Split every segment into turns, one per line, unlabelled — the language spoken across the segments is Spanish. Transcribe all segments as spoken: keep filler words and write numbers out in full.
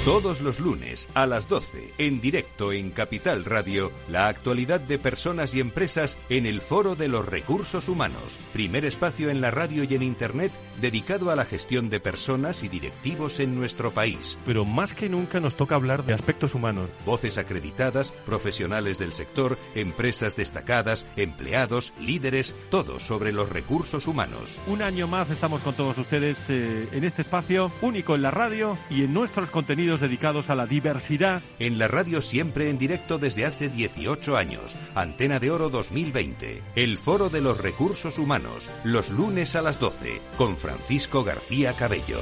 Todos los lunes a las doce, en directo en Capital Radio, la actualidad de personas y empresas en el Foro de los Recursos Humanos. Primer espacio en la radio y en Internet dedicado a la gestión de personas y directivos en nuestro país.
Pero más que nunca nos toca hablar de aspectos humanos.
Voces acreditadas, profesionales del sector, empresas destacadas, empleados, líderes, todo sobre los recursos humanos.
Un año más estamos con todos ustedes eh, en este espacio único en la radio y en nuestros contenidos dedicados a la diversidad.
En la radio siempre en directo desde hace dieciocho años. Antena de Oro dos mil veinte. El Foro de los Recursos Humanos. Los lunes a las doce. Con Francisco García Cabello.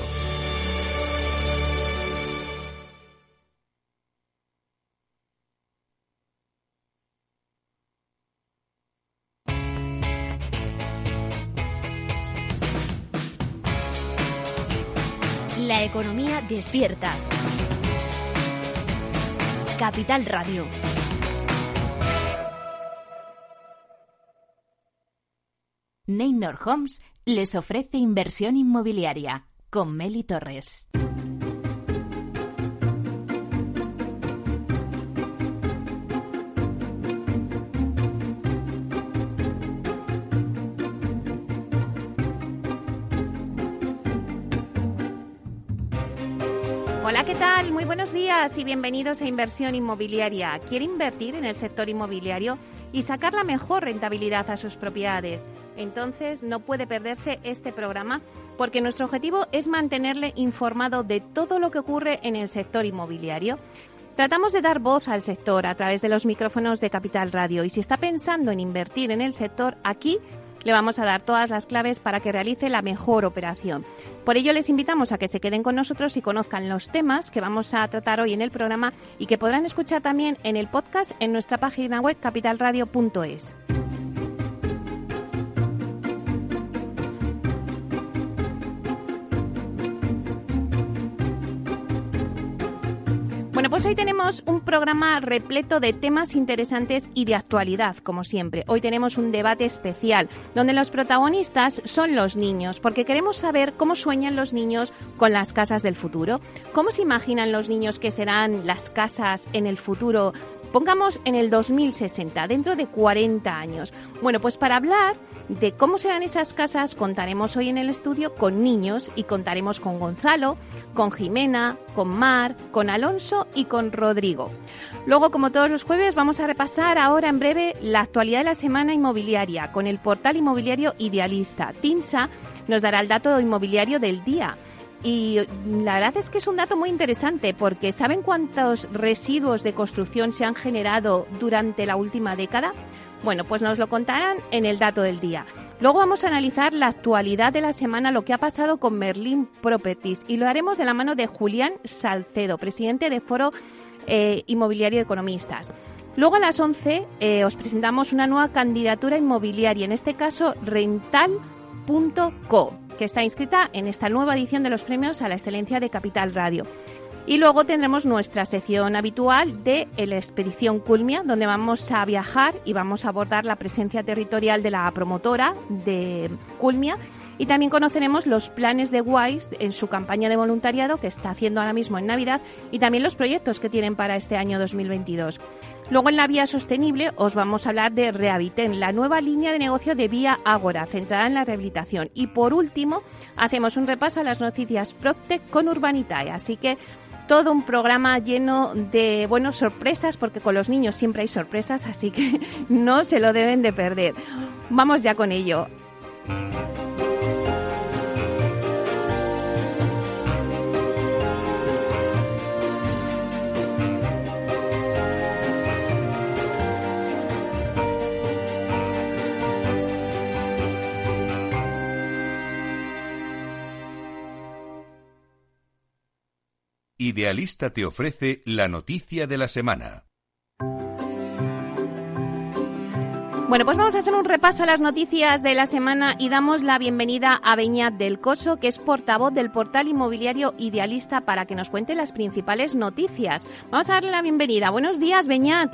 La economía despierta. Capital Radio. Neynor Homes les ofrece inversión inmobiliaria con Meli Torres.
Hola, ¿qué tal? Muy buenos días y bienvenidos a Inversión Inmobiliaria. ¿Quiere invertir en el sector inmobiliario y sacar la mejor rentabilidad a sus propiedades? Entonces no puede perderse este programa porque nuestro objetivo es mantenerle informado de todo lo que ocurre en el sector inmobiliario. Tratamos de dar voz al sector a través de los micrófonos de Capital Radio y si está pensando en invertir en el sector, aquí le vamos a dar todas las claves para que realice la mejor operación. Por ello les invitamos a que se queden con nosotros y conozcan los temas que vamos a tratar hoy en el programa y que podrán escuchar también en el podcast en nuestra página web capital radio punto es. Bueno, pues hoy tenemos un programa repleto de temas interesantes y de actualidad, como siempre. Hoy tenemos un debate especial, donde los protagonistas son los niños, porque queremos saber cómo sueñan los niños con las casas del futuro. ¿Cómo se imaginan los niños que serán las casas en el futuro? Pongamos en el dos mil sesenta, dentro de cuarenta años. Bueno, pues para hablar de cómo serán esas casas, contaremos hoy en el estudio con niños y contaremos con Gonzalo, con Jimena, con Mar, con Alonso y con Rodrigo. Luego, como todos los jueves, vamos a repasar ahora en breve la actualidad de la semana inmobiliaria con el portal inmobiliario Idealista. Tinsa nos dará el dato inmobiliario del día. Y la verdad es que es un dato muy interesante porque ¿saben cuántos residuos de construcción se han generado durante la última década? Bueno, pues nos lo contarán en el dato del día. Luego vamos a analizar la actualidad de la semana, lo que ha pasado con Merlin Properties y lo haremos de la mano de Julián Salcedo, presidente de Foro eh, Inmobiliario de Economistas. Luego a las once eh, os presentamos una nueva candidatura inmobiliaria, en este caso rental punto co, que está inscrita en esta nueva edición de los premios a la excelencia de Capital Radio. Y luego tendremos nuestra sección habitual de la expedición Culmia, donde vamos a viajar y vamos a abordar la presencia territorial de la promotora de Culmia y también conoceremos los planes de Wise en su campaña de voluntariado que está haciendo ahora mismo en Navidad y también los proyectos que tienen para este año dos mil veintidós. Luego en la vía sostenible os vamos a hablar de Rehabiten, la nueva línea de negocio de Vía Ágora, centrada en la rehabilitación. Y por último, hacemos un repaso a las noticias PropTech con Urbanitae. Así que todo un programa lleno de, bueno, sorpresas, porque con los niños siempre hay sorpresas, así que no se lo deben de perder. Vamos ya con ello.
Idealista te ofrece la noticia de la semana.
Bueno, pues vamos a hacer un repaso a las noticias de la semana y damos la bienvenida a Beñat del Coso, que es portavoz del portal inmobiliario Idealista, para que nos cuente las principales noticias. Vamos a darle la bienvenida. Buenos días, Beñat.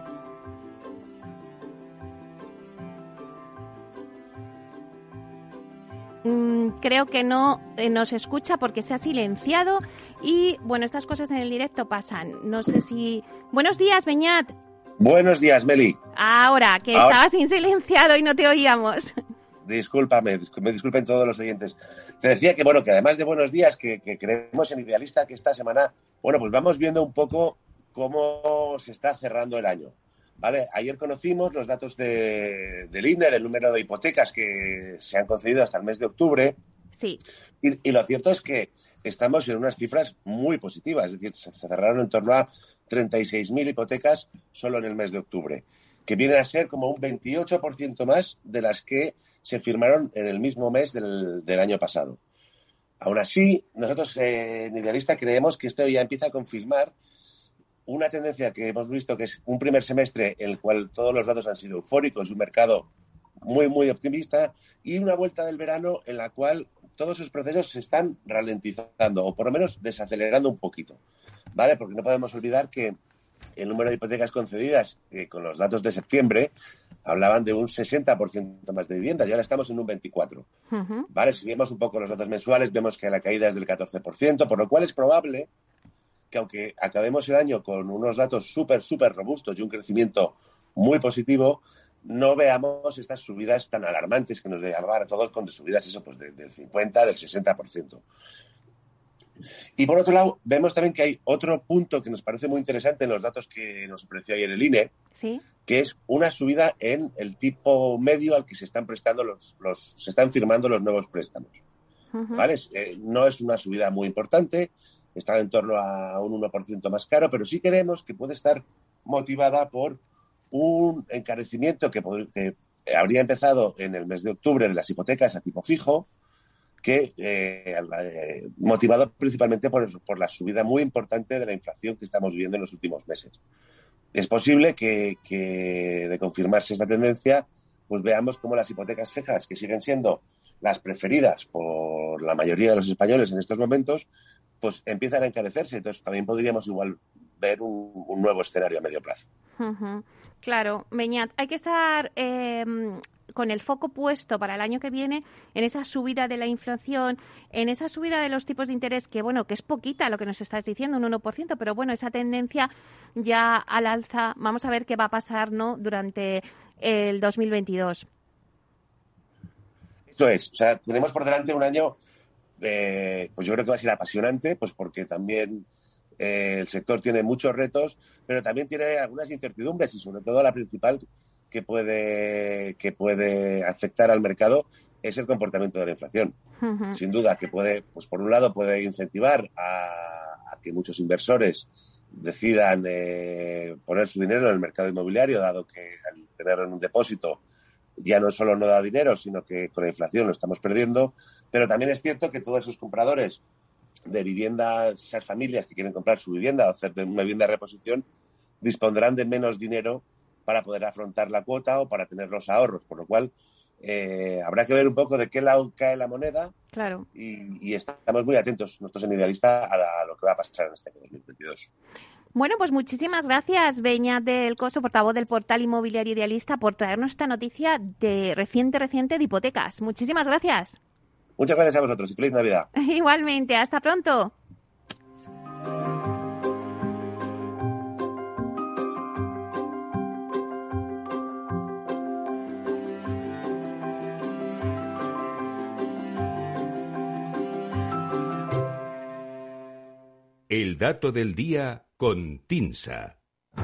mmm, creo que no eh, nos escucha porque se ha silenciado y, bueno, estas cosas en el directo pasan. No sé si... Buenos días, Beñat.
Buenos días, Meli.
Ahora, que Ahora... estabas sin silenciado y no te oíamos.
Discúlpame, me disculpen todos los oyentes. Te decía que, bueno, que además de buenos días, que, que creemos en Idealista que esta semana, bueno, pues vamos viendo un poco cómo se está cerrando el año, ¿vale? Ayer conocimos los datos de, del I N E, del número de hipotecas que se han concedido hasta el mes de octubre.
Sí.
Y, y lo cierto es que estamos en unas cifras muy positivas, es decir, se cerraron en torno a treinta y seis mil hipotecas solo en el mes de octubre, que viene a ser como un veintiocho por ciento más de las que se firmaron en el mismo mes del, del año pasado. Aún así, nosotros eh, en Idealista creemos que esto ya empieza a confirmar una tendencia que hemos visto, que es un primer semestre en el cual todos los datos han sido eufóricos, un mercado muy, muy optimista, y una vuelta del verano en la cual todos esos procesos se están ralentizando, o por lo menos desacelerando un poquito, ¿vale? Porque no podemos olvidar que el número de hipotecas concedidas, eh, con los datos de septiembre, hablaban de un sesenta por ciento más de viviendas y ahora estamos en un veinticuatro por ciento. Uh-huh. ¿Vale? Si vemos un poco los datos mensuales, vemos que la caída es del catorce por ciento, por lo cual es probable que aunque acabemos el año con unos datos súper, súper robustos y un crecimiento muy positivo, no veamos estas subidas tan alarmantes que nos llevan a todos con subidas eso pues de, del cincuenta, del sesenta por ciento. Y por otro lado, vemos también que hay otro punto que nos parece muy interesante en los datos que nos ofreció ayer el I N E,
¿sí?
Que es una subida en el tipo medio al que se están prestando los, los se están firmando los nuevos préstamos. Uh-huh. ¿Vale? Eh, no es una subida muy importante, está en torno a un uno por ciento más caro, pero sí creemos que puede estar motivada por un encarecimiento que, que habría empezado en el mes de octubre de las hipotecas a tipo fijo, que eh, eh, motivado principalmente por, por la subida muy importante de la inflación que estamos viviendo en los últimos meses. Es posible que, que de confirmarse esta tendencia, pues veamos cómo las hipotecas fijas, que siguen siendo las preferidas por la mayoría de los españoles en estos momentos, pues empiezan a encarecerse. Entonces también podríamos igual ver un, un nuevo escenario a medio plazo.
Uh-huh. Claro, Beñat, hay que estar eh, con el foco puesto para el año que viene en esa subida de la inflación, en esa subida de los tipos de interés, que bueno, que es poquita lo que nos estás diciendo, un uno por ciento, pero bueno, esa tendencia ya al alza, vamos a ver qué va a pasar, ¿no?, durante el dos mil veintidós.
Eso es, o sea, tenemos por delante un año, eh, pues yo creo que va a ser apasionante, pues porque también eh, el sector tiene muchos retos, pero también tiene algunas incertidumbres y sobre todo la principal que puede, que puede afectar al mercado es el comportamiento de la inflación. Uh-huh. Sin duda que puede, pues por un lado puede incentivar a, a que muchos inversores decidan eh, poner su dinero en el mercado inmobiliario, dado que al tenerlo en un depósito ya no solo no da dinero, sino que con la inflación lo estamos perdiendo. Pero también es cierto que todos esos compradores de viviendas, esas familias que quieren comprar su vivienda o hacer una vivienda de reposición, dispondrán de menos dinero para poder afrontar la cuota o para tener los ahorros, por lo cual eh, habrá que ver un poco de qué lado cae la moneda.
Claro.
Y, y estamos muy atentos nosotros en Idealista a, la, a lo que va a pasar en este año dos mil veintidós.
Bueno, pues muchísimas gracias, Beñat del Coso, portavoz del portal inmobiliario Idealista, por traernos esta noticia de reciente, reciente de hipotecas. Muchísimas gracias.
Muchas gracias a vosotros y feliz Navidad.
Igualmente, hasta pronto.
El dato del día con TINSA.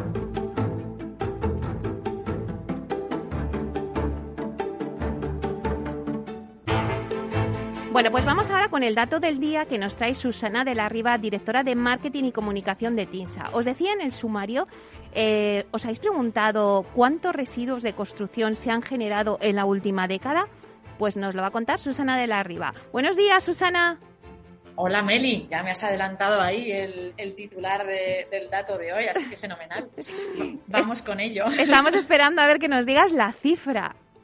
Bueno, pues vamos ahora con el dato del día que nos trae Susana de la Riva, directora de Marketing y Comunicación de TINSA. Os decía en el sumario, eh, ¿os habéis preguntado cuántos residuos de construcción se han generado en la última década? Pues nos lo va a contar Susana de la Riva. Buenos días, Susana.
Hola Meli, ya me has adelantado ahí el, el titular de, del dato de hoy, así que fenomenal. Vamos es, con ello.
Estamos esperando a ver que nos digas la cifra.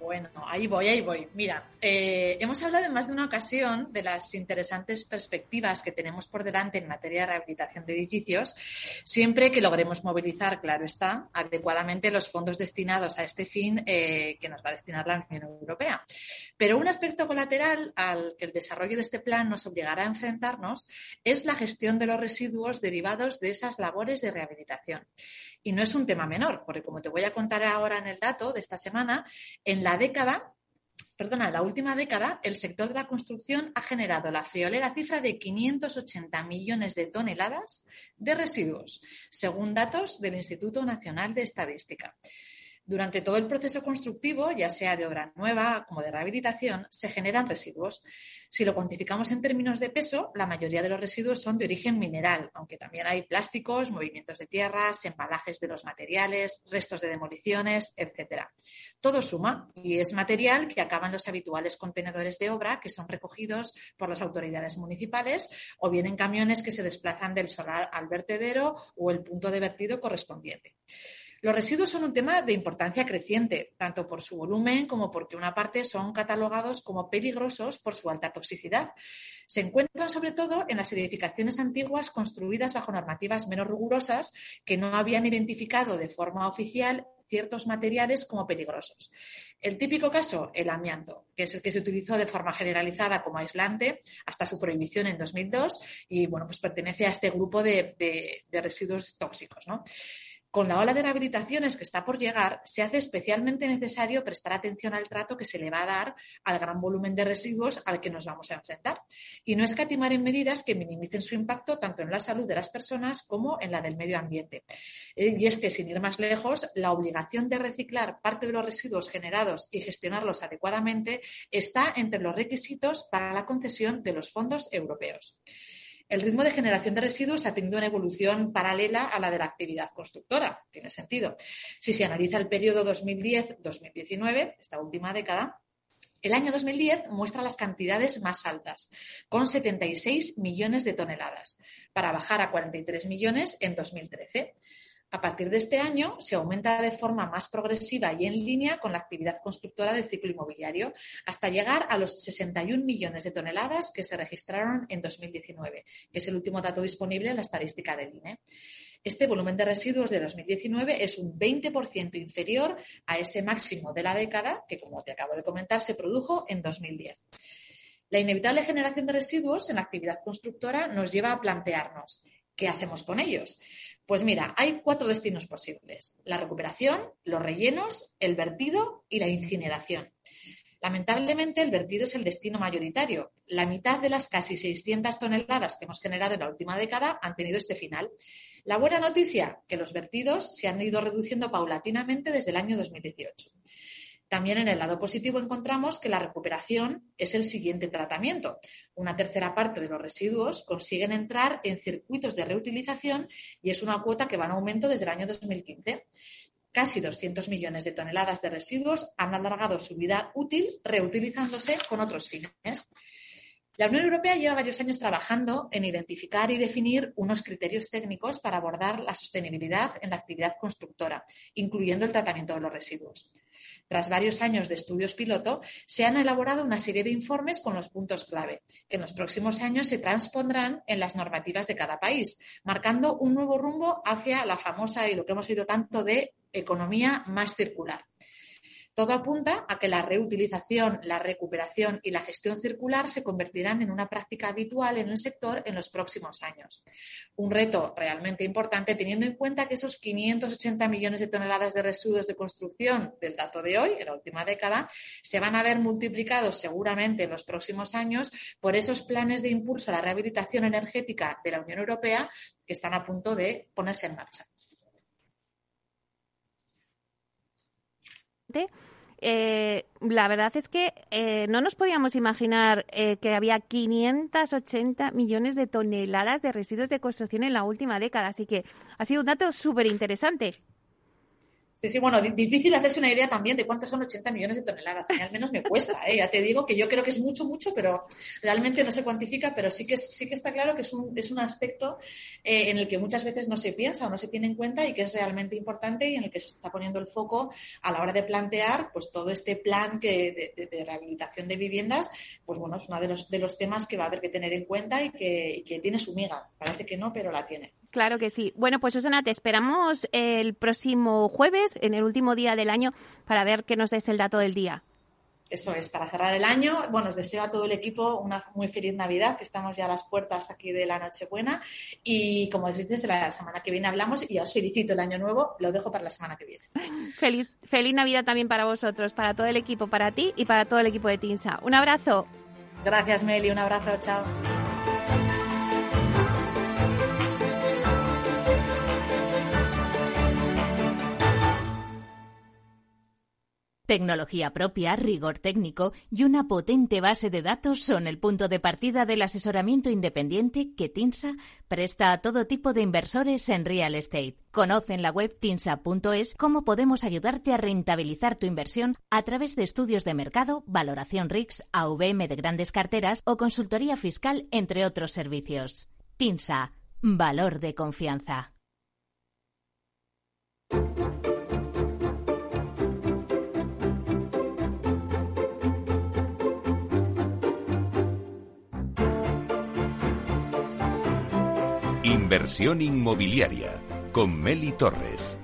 Bueno, ahí voy, ahí voy. Mira, eh, hemos hablado en más de una ocasión de las interesantes perspectivas que tenemos por delante en materia de rehabilitación de edificios, siempre que logremos movilizar, claro está, adecuadamente los fondos destinados a este fin eh, que nos va a destinar la Unión Europea. Pero un aspecto colateral al que el desarrollo de este plan nos obligará a enfrentarnos es la gestión de los residuos derivados de esas labores de rehabilitación. Y no es un tema menor, porque como te voy a contar ahora en el dato de esta semana, en la década, perdona, en la última década, el sector de la construcción ha generado la friolera cifra de quinientos ochenta millones de toneladas de residuos, según datos del Instituto Nacional de Estadística. Durante todo el proceso constructivo, ya sea de obra nueva como de rehabilitación, se generan residuos. Si lo cuantificamos en términos de peso, la mayoría de los residuos son de origen mineral, aunque también hay plásticos, movimientos de tierras, embalajes de los materiales, restos de demoliciones, etcétera. Todo suma y es material que acaba en los habituales contenedores de obra que son recogidos por las autoridades municipales o bien en camiones que se desplazan del solar al vertedero o el punto de vertido correspondiente. Los residuos son un tema de importancia creciente, tanto por su volumen como porque una parte son catalogados como peligrosos por su alta toxicidad. Se encuentran sobre todo en las edificaciones antiguas construidas bajo normativas menos rigurosas que no habían identificado de forma oficial ciertos materiales como peligrosos. El típico caso, el amianto, que es el que se utilizó de forma generalizada como aislante hasta su prohibición en dos mil dos y bueno, pues pertenece a este grupo de, de, de residuos tóxicos, ¿no? Con la ola de rehabilitaciones que está por llegar, se hace especialmente necesario prestar atención al trato que se le va a dar al gran volumen de residuos al que nos vamos a enfrentar y no escatimar en medidas que minimicen su impacto tanto en la salud de las personas como en la del medio ambiente. Y es que, sin ir más lejos, la obligación de reciclar parte de los residuos generados y gestionarlos adecuadamente está entre los requisitos para la concesión de los fondos europeos. El ritmo de generación de residuos ha tenido una evolución paralela a la de la actividad constructora. Tiene sentido. Si se analiza el periodo dos mil diez a dos mil diecinueve, esta última década, el año dos mil diez muestra las cantidades más altas, con setenta y seis millones de toneladas, para bajar a cuarenta y tres millones en dos mil trece. A partir de este año se aumenta de forma más progresiva y en línea con la actividad constructora del ciclo inmobiliario hasta llegar a los sesenta y un millones de toneladas que se registraron en dos mil diecinueve, que es el último dato disponible en la estadística del I N E. Este volumen de residuos de dos mil diecinueve es un veinte por ciento inferior a ese máximo de la década que, como te acabo de comentar, se produjo en dos mil diez. La inevitable generación de residuos en la actividad constructora nos lleva a plantearnos ¿qué hacemos con ellos? Pues mira, hay cuatro destinos posibles: la recuperación, los rellenos, el vertido y la incineración. Lamentablemente, el vertido es el destino mayoritario. La mitad de las casi seiscientas toneladas que hemos generado en la última década han tenido este final. La buena noticia, que los vertidos se han ido reduciendo paulatinamente desde el año dos mil dieciocho. También en el lado positivo encontramos que la recuperación es el siguiente tratamiento. Una tercera parte de los residuos consiguen entrar en circuitos de reutilización y es una cuota que va en aumento desde el año dos mil quince. Casi doscientos millones de toneladas de residuos han alargado su vida útil reutilizándose con otros fines. La Unión Europea lleva varios años trabajando en identificar y definir unos criterios técnicos para abordar la sostenibilidad en la actividad constructora, incluyendo el tratamiento de los residuos. Tras varios años de estudios piloto, se han elaborado una serie de informes con los puntos clave, que en los próximos años se transpondrán en las normativas de cada país, marcando un nuevo rumbo hacia la famosa y lo que hemos oído tanto de economía más circular. Todo apunta a que la reutilización, la recuperación y la gestión circular se convertirán en una práctica habitual en el sector en los próximos años. Un reto realmente importante teniendo en cuenta que esos quinientos ochenta millones de toneladas de residuos de construcción del dato de hoy, en la última década, se van a ver multiplicados seguramente en los próximos años por esos planes de impulso a la rehabilitación energética de la Unión Europea que están a punto de ponerse en marcha.
Eh, la verdad es que eh, no nos podíamos imaginar eh, que había quinientos ochenta millones de toneladas de residuos de construcción en la última década, así que ha sido un dato súper interesante.
Sí, sí, bueno, difícil hacerse una idea también de cuántos son ochenta millones de toneladas. A mí al menos me cuesta, ¿eh? Ya te digo que yo creo que es mucho, mucho, pero realmente no se cuantifica, pero sí que, sí que está claro que es un, es un aspecto eh, en el que muchas veces no se piensa o no se tiene en cuenta y que es realmente importante y en el que se está poniendo el foco a la hora de plantear pues todo este plan que, de, de, de rehabilitación de viviendas, pues bueno, es uno de los, de los temas que va a haber que tener en cuenta y que, y que tiene su miga. Parece que no, pero la tiene.
Claro que sí. Bueno, pues Susana, te esperamos el próximo jueves, en el último día del año, para ver que nos des el dato del día.
Eso es, para cerrar el año. Bueno, os deseo a todo el equipo una muy feliz Navidad, que estamos ya a las puertas aquí de la Nochebuena. Y como os dices, la semana que viene hablamos y os felicito el año nuevo. Lo dejo para la semana que viene.
Feliz, feliz Navidad también para vosotros, para todo el equipo, para ti y para todo el equipo de TINSA. Un abrazo.
Gracias, Meli. Un abrazo. Chao.
Tecnología propia, rigor técnico y una potente base de datos son el punto de partida del asesoramiento independiente que TINSA presta a todo tipo de inversores en real estate. Conoce en la web tinsa punto es cómo podemos ayudarte a rentabilizar tu inversión a través de estudios de mercado, valoración R I C S, A V M de grandes carteras o consultoría fiscal, entre otros servicios. TINSA, valor de confianza.
Inversión inmobiliaria con Meli Torres.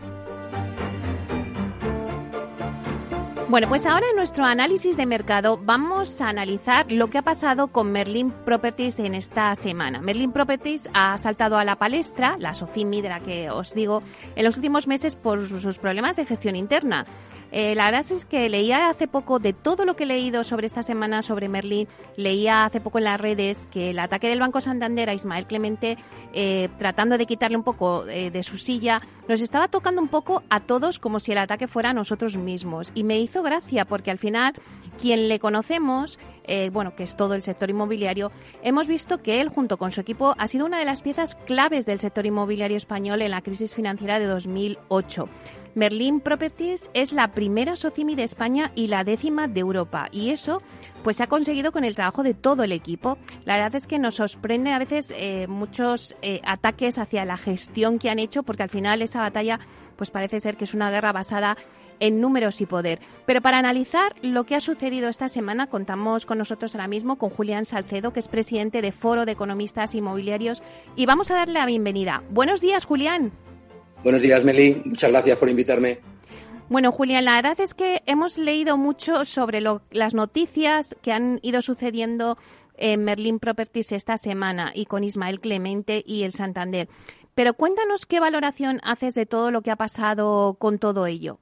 Bueno, pues ahora en nuestro análisis de mercado vamos a analizar lo que ha pasado con Merlin Properties en esta semana. Merlin Properties ha saltado a la palestra, la SOCIMI de la que os digo, en los últimos meses por sus problemas de gestión interna. Eh, la verdad es que leía hace poco, de todo lo que he leído sobre esta semana sobre Merlin, leía hace poco en las redes que el ataque del Banco Santander a Ismael Clemente, eh, tratando de quitarle un poco eh, de su silla, nos estaba tocando un poco a todos como si el ataque fuera a nosotros mismos. Y me hizo gracia porque al final, quien le conocemos, eh, bueno, que es todo el sector inmobiliario, hemos visto que él, junto con su equipo, ha sido una de las piezas claves del sector inmobiliario español en la crisis financiera de dos mil ocho. Merlin Properties es la primera SOCIMI de España y la décima de Europa, y eso pues se ha conseguido con el trabajo de todo el equipo. La verdad es que nos sorprende a veces eh, muchos eh, ataques hacia la gestión que han hecho, porque al final esa batalla pues parece ser que es una guerra basada en números y poder. Pero para analizar lo que ha sucedido esta semana, contamos con nosotros ahora mismo con Julián Salcedo, que es presidente de Foro de Economistas Inmobiliarios, y vamos a darle la bienvenida. Buenos días, Julián.
Buenos días, Meli. Muchas gracias por invitarme.
Bueno, Julián, la verdad es que hemos leído mucho sobre lo, las noticias que han ido sucediendo en Merlin Properties esta semana y con Ismael Clemente y el Santander. Pero cuéntanos qué valoración haces de todo lo que ha pasado con todo ello.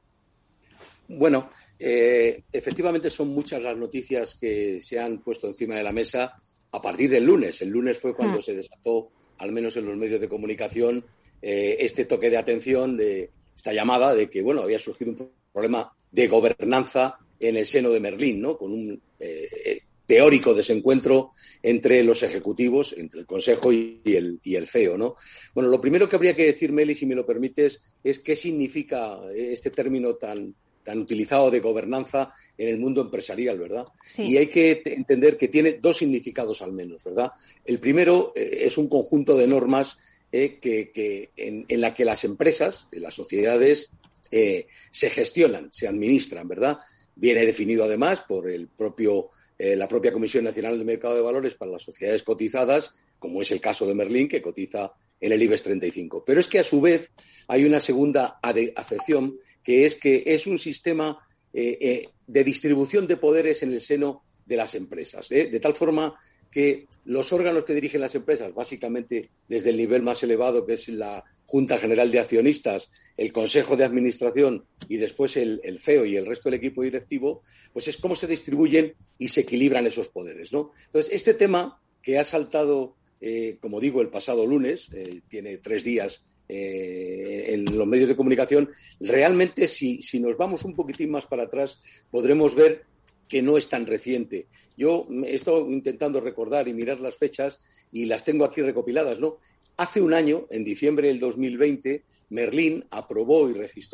Bueno, eh, efectivamente son muchas las noticias que se han puesto encima de la mesa a partir del lunes. El lunes fue cuando mm. se desató, al menos en los medios de comunicación, eh, este toque de atención, de esta llamada de que, bueno, había surgido un problema de gobernanza en el seno de Merlin, ¿no? Con un eh, teórico desencuentro entre los ejecutivos, entre el Consejo y el, y el C E O, ¿no? Bueno, lo primero que habría que decir, Meli, si me lo permites, es qué significa este término tan tan utilizado de gobernanza en el mundo empresarial, ¿verdad? Sí. Y hay que entender que tiene dos significados al menos, ¿verdad? El primero eh, es un conjunto de normas eh, que, que en, en la que las empresas, las sociedades, eh, se gestionan, se administran, ¿verdad? Viene definido además por el propio, eh, la propia Comisión Nacional del Mercado de Valores para las sociedades cotizadas, como es el caso de Merlin, que cotiza en el IBEX treinta y cinco. Pero es que a su vez hay una segunda acepción, que es que es un sistema eh, eh, de distribución de poderes en el seno de las empresas, ¿eh? De tal forma que los órganos que dirigen las empresas, básicamente desde el nivel más elevado, que es la Junta General de Accionistas, el Consejo de Administración y después el, el C E O y el resto del equipo directivo, pues es cómo se distribuyen y se equilibran esos poderes, ¿no? Entonces, este tema que ha saltado, eh, como digo, el pasado lunes, eh, tiene tres días eh, en los medios de comunicación, realmente si, si nos vamos un poquitín más para atrás podremos ver que no es tan reciente. Yo he estado intentando recordar y mirar las fechas y las tengo aquí recopiladas, ¿no? Hace un año, en diciembre del dos mil veinte, Merlin aprobó y registró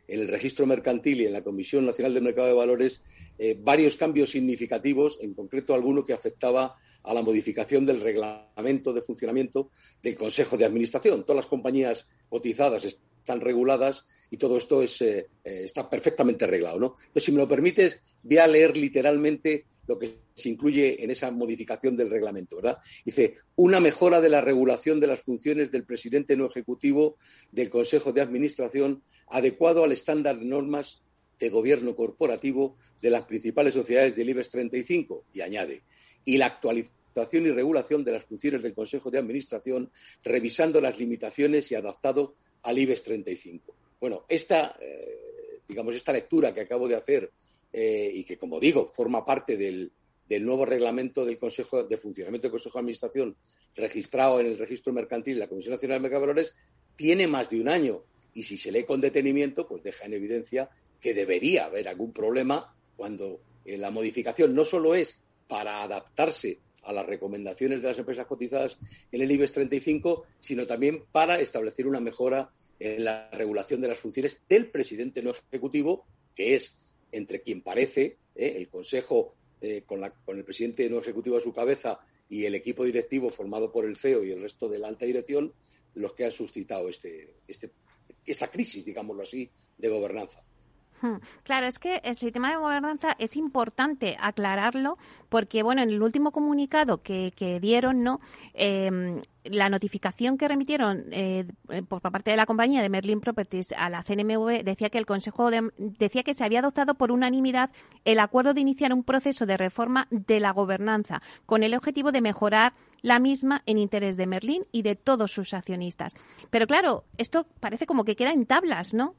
en el registro mercantil y en la Comisión Nacional del Mercado de Valores eh, varios cambios significativos, en concreto alguno que afectaba a la modificación del reglamento de funcionamiento del Consejo de Administración. Todas las compañías cotizadas están reguladas y todo esto es, eh, está perfectamente arreglado, ¿no? Entonces, si me lo permites, voy a leer literalmente lo que se incluye en esa modificación del reglamento, ¿verdad? Dice, una mejora de la regulación de las funciones del presidente no ejecutivo del Consejo de Administración adecuado al estándar de normas de gobierno corporativo de las principales sociedades del IBEX treinta y cinco, y añade, y la actualización y regulación de las funciones del Consejo de Administración, revisando las limitaciones y adaptado al IBEX treinta y cinco. Bueno, esta, eh, digamos, esta lectura que acabo de hacer eh, y que, como digo, forma parte del, del nuevo reglamento del Consejo de Funcionamiento del Consejo de Administración registrado en el Registro Mercantil de la Comisión Nacional del Mercado de Valores, tiene más de un año. Y si se lee con detenimiento, pues deja en evidencia que debería haber algún problema cuando eh, la modificación no solo es para adaptarse a las recomendaciones de las empresas cotizadas en el IBEX treinta y cinco, sino también para establecer una mejora en la regulación de las funciones del presidente no ejecutivo, que es, entre quien parece, eh, el Consejo eh, con, la, con el presidente no ejecutivo a su cabeza y el equipo directivo formado por el C E O y el resto de la alta dirección, los que han suscitado este, este, esta crisis, digámoslo así, de gobernanza.
Claro, es que el sistema de gobernanza es importante aclararlo porque, bueno, en el último comunicado que, que dieron, ¿no? Eh, la notificación que remitieron eh, por parte de la compañía de Merlin Properties a la C N M V decía que el Consejo de, decía que se había adoptado por unanimidad el acuerdo de iniciar un proceso de reforma de la gobernanza con el objetivo de mejorar la misma en interés de Merlin y de todos sus accionistas. Pero claro, esto parece como que queda en tablas, ¿no?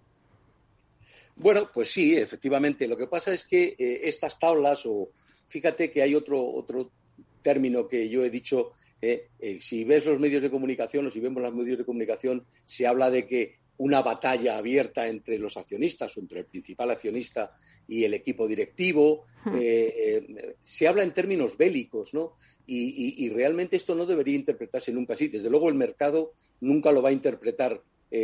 Bueno, pues sí, efectivamente. Lo que pasa es que eh, estas tablas, o fíjate que hay otro, otro término que yo he dicho, eh, eh, si ves los medios de comunicación o si vemos los medios de comunicación, se habla de que una batalla abierta entre los accionistas o entre el principal accionista y el equipo directivo, eh, eh, se habla en términos bélicos, ¿no? Y, y, y realmente esto no debería interpretarse nunca así. Desde luego el mercado nunca lo va a interpretar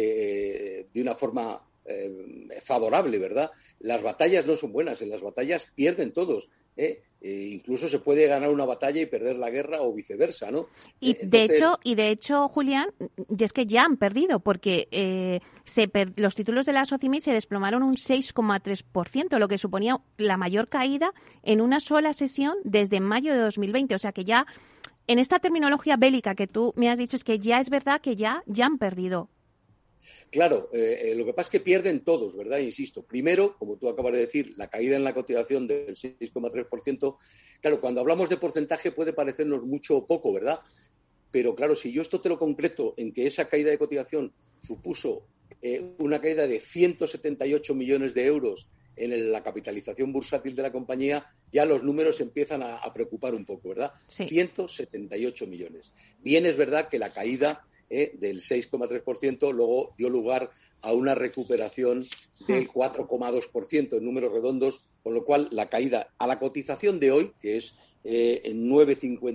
eh, de una forma Eh, favorable, ¿verdad? Las batallas no son buenas, en las batallas pierden todos, ¿eh? Eh, incluso se puede ganar una batalla y perder la guerra o viceversa, ¿no?
Y
eh,
de
entonces...
hecho, y de hecho, Julián, y es que ya han perdido, porque eh, se per... los títulos de la Socimi se desplomaron un seis coma tres por ciento, lo que suponía la mayor caída en una sola sesión desde mayo de dos mil veinte. O sea que ya, en esta terminología bélica que tú me has dicho, es que ya es verdad que ya, ya han perdido.
Claro, eh, lo que pasa es que pierden todos, ¿verdad? Insisto, primero, como tú acabas de decir, la caída en la cotización del seis coma tres por ciento. Claro, cuando hablamos de porcentaje puede parecernos mucho o poco, ¿verdad? Pero claro, si yo esto te lo concreto en que esa caída de cotización supuso eh, una caída de ciento setenta y ocho millones de euros en el, la capitalización bursátil de la compañía, ya los números empiezan a, a preocupar un poco, ¿verdad?
Sí.
ciento setenta y ocho millones. Bien, es verdad que la caída Eh, del seis coma tres por ciento luego dio lugar a una recuperación del cuatro coma dos por ciento en números redondos, con lo cual la caída a la cotización de hoy, que es eh, en nueve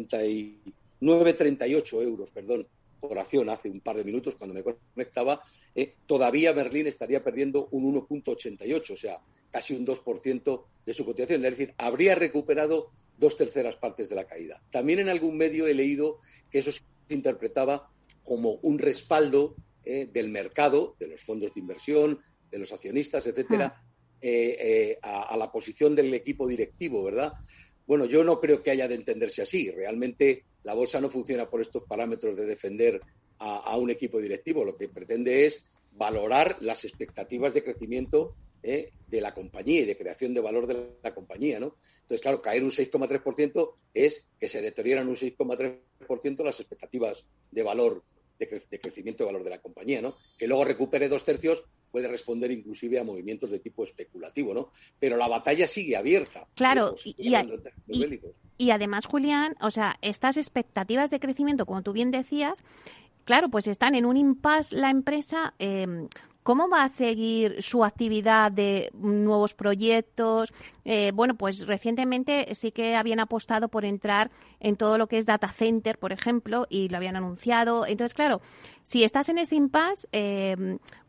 coma treinta y ocho euros, perdón, por acción hace un par de minutos cuando me conectaba, eh, todavía Merlin estaría perdiendo un uno coma ochenta y ocho, o sea, casi un dos por ciento de su cotización. Es decir, habría recuperado dos terceras partes de la caída. También en algún medio he leído que eso se interpretaba como un respaldo eh, del mercado, de los fondos de inversión, de los accionistas, etcétera, eh, eh, a, a la posición del equipo directivo, ¿verdad? Bueno, yo no creo que haya de entenderse así. Realmente la bolsa no funciona por estos parámetros de defender a, a un equipo directivo. Lo que pretende es valorar las expectativas de crecimiento eh, de la compañía y de creación de valor de la compañía, ¿no? Entonces, claro, caer un seis coma tres por ciento es que se deterioran un seis coma tres por ciento las expectativas de valor, de, cre- de crecimiento de valor de la compañía, ¿no? Que luego recupere dos tercios puede responder inclusive a movimientos de tipo especulativo, ¿no? Pero la batalla sigue abierta.
Claro,
¿eh?
y, y, y, y además, Julián, o sea, estas expectativas de crecimiento, como tú bien decías, claro, pues están en un impasse la empresa. Eh, ¿Cómo va a seguir su actividad de nuevos proyectos? Eh, bueno, pues recientemente sí que habían apostado por entrar en todo lo que es data center, por ejemplo, y lo habían anunciado. Entonces, claro, si estás en ese impasse, eh,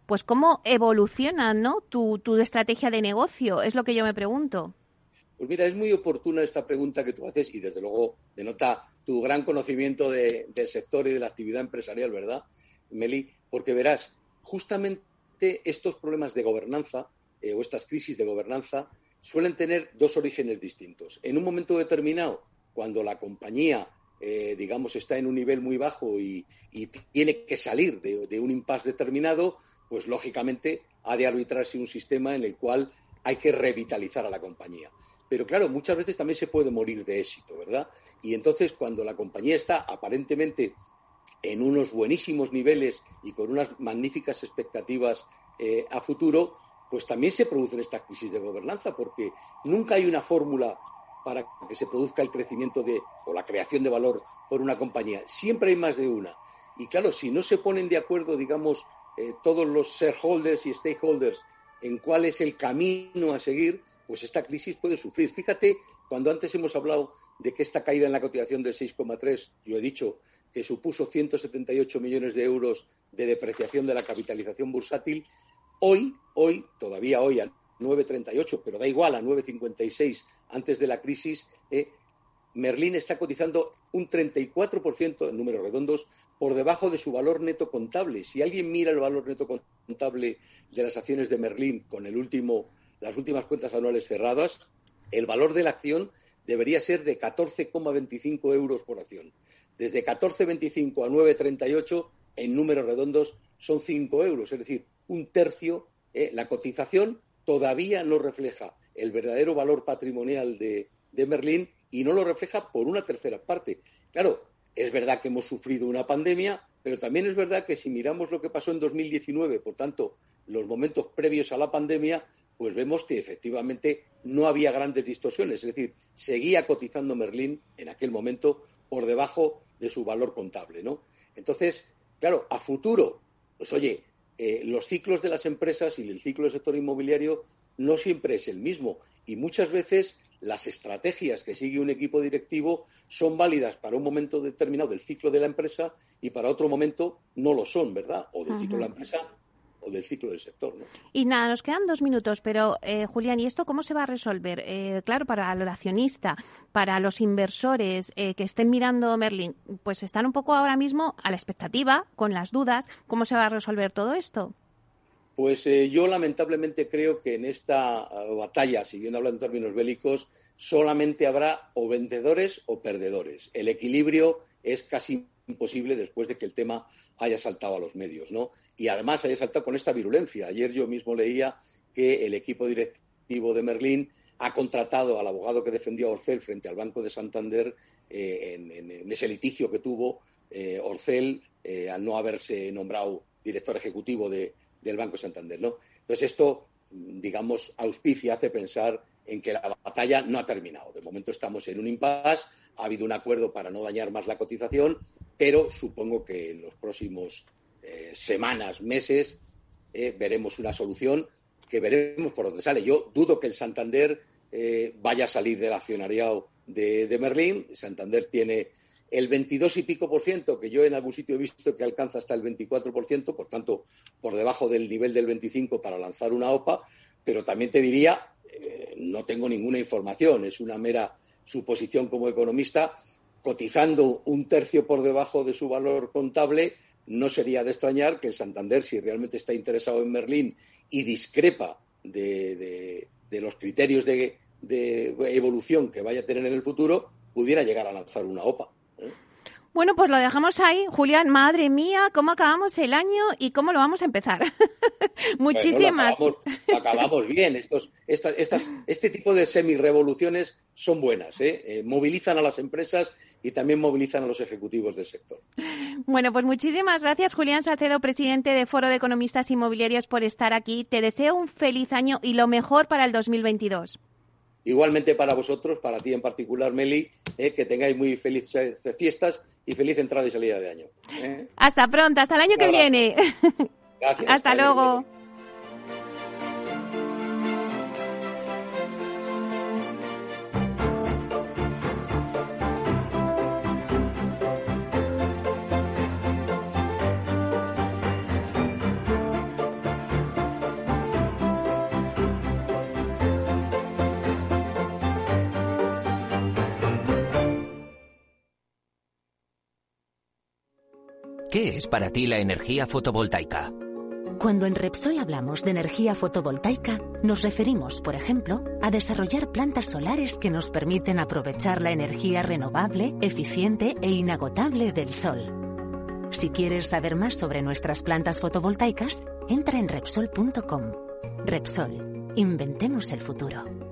pues cómo evoluciona, ¿no?, tu, tu estrategia de negocio, es lo que yo me pregunto.
Pues mira, es muy oportuna esta pregunta que tú haces y desde luego denota tu gran conocimiento de, del sector y de la actividad empresarial, ¿verdad, Meli? Porque verás, justamente estos problemas de gobernanza eh, o estas crisis de gobernanza suelen tener dos orígenes distintos. En un momento determinado, cuando la compañía, eh, digamos, está en un nivel muy bajo y, y tiene que salir de, de un impasse determinado, pues lógicamente ha de arbitrarse un sistema en el cual hay que revitalizar a la compañía. Pero claro, muchas veces también se puede morir de éxito, ¿verdad? Y entonces, cuando la compañía está aparentemente en unos buenísimos niveles y con unas magníficas expectativas eh, a futuro, pues también se producen estas crisis de gobernanza, porque nunca hay una fórmula para que se produzca el crecimiento de, o la creación de valor por una compañía. Siempre hay más de una. Y claro, si no se ponen de acuerdo, digamos, eh, todos los shareholders y stakeholders en cuál es el camino a seguir, pues esta crisis puede sufrir. Fíjate, cuando antes hemos hablado de que esta caída en la cotización del seis coma tres, yo he dicho que supuso ciento setenta y ocho millones de euros de depreciación de la capitalización bursátil, hoy, hoy, todavía hoy a nueve coma treinta y ocho, pero da igual, a nueve coma cincuenta y seis antes de la crisis, eh, Merlin está cotizando un treinta y cuatro por ciento, en números redondos, por debajo de su valor neto contable. Si alguien mira el valor neto contable de las acciones de Merlin con el último, las últimas cuentas anuales cerradas, el valor de la acción debería ser de catorce coma veinticinco euros por acción. Desde catorce coma veinticinco a nueve coma treinta y ocho, en números redondos, son cinco euros, es decir, un tercio. Eh, la cotización todavía no refleja el verdadero valor patrimonial de, de Merlin y no lo refleja por una tercera parte. Claro, es verdad que hemos sufrido una pandemia, pero también es verdad que si miramos lo que pasó en dos mil diecinueve, por tanto, los momentos previos a la pandemia, pues vemos que efectivamente no había grandes distorsiones. Es decir, seguía cotizando Merlin en aquel momento por debajo de su valor contable, ¿no? Entonces, claro, a futuro, pues oye, eh, los ciclos de las empresas y el ciclo del sector inmobiliario no siempre es el mismo y muchas veces las estrategias que sigue un equipo directivo son válidas para un momento determinado del ciclo de la empresa y para otro momento no lo son, ¿verdad? O del uh-huh. ciclo de la empresa o del ciclo del sector, ¿no?
Y nada, nos quedan dos minutos, pero eh, Julián, ¿y esto cómo se va a resolver? Eh, claro, para el accionista, para los inversores eh, que estén mirando Merlin, pues están un poco ahora mismo a la expectativa, con las dudas. ¿Cómo se va a resolver todo esto?
Pues eh, yo lamentablemente creo que en esta uh, batalla, siguiendo hablando en términos bélicos, solamente habrá o vencedores o perdedores. El equilibrio es casi imposible después de que el tema haya saltado a los medios, ¿no? Y además haya saltado con esta virulencia. Ayer yo mismo leía que el equipo directivo de Merlin ha contratado al abogado que defendió a Orcel frente al Banco de Santander eh, en, en, en ese litigio que tuvo eh, Orcel eh, al no haberse nombrado director ejecutivo de, del Banco de Santander, ¿no? Entonces esto, digamos, auspicia, hace pensar en que la batalla no ha terminado. De momento estamos en un impasse, ha habido un acuerdo para no dañar más la cotización, pero supongo que en los próximos eh, semanas, meses, eh, veremos una solución que veremos por dónde sale. Yo dudo que el Santander eh, vaya a salir del accionariado de, de Merlin. Santander tiene el veintidós y pico por ciento, que yo en algún sitio he visto que alcanza hasta el veinticuatro por ciento, por tanto, por debajo del nivel del veinticinco para lanzar una O P A, pero también te diría, eh, no tengo ninguna información, es una mera suposición como economista, cotizando un tercio por debajo de su valor contable, no sería de extrañar que el Santander, si realmente está interesado en Merlin y discrepa de, de, de los criterios de, de evolución que vaya a tener en el futuro, pudiera llegar a lanzar una O P A. ¿eh?
Bueno, pues lo dejamos ahí. Julián, madre mía, cómo acabamos el año y cómo lo vamos a empezar. Muchísimas.
Bueno, lo acabamos, lo acabamos bien. Estos, estas, estas, este tipo de semi-revoluciones son buenas, ¿eh? Eh, movilizan a las empresas y también movilizan a los ejecutivos del sector.
Bueno, pues muchísimas gracias, Julián Salcedo, presidente de Foro de Economistas Inmobiliarios, por estar aquí. Te deseo un feliz año y lo mejor para el dos mil veintidós.
Igualmente para vosotros, para ti en particular, Meli, eh, que tengáis muy felices fiestas y feliz entrada y salida de año. ¿eh?
Hasta pronto, hasta el año que viene.
Gracias.
Hasta, hasta luego.
¿Qué es para ti la energía fotovoltaica?
Cuando en Repsol hablamos de energía fotovoltaica, nos referimos, por ejemplo, a desarrollar plantas solares que nos permiten aprovechar la energía renovable, eficiente e inagotable del sol. Si quieres saber más sobre nuestras plantas fotovoltaicas, entra en Repsol punto com. Repsol, inventemos el futuro.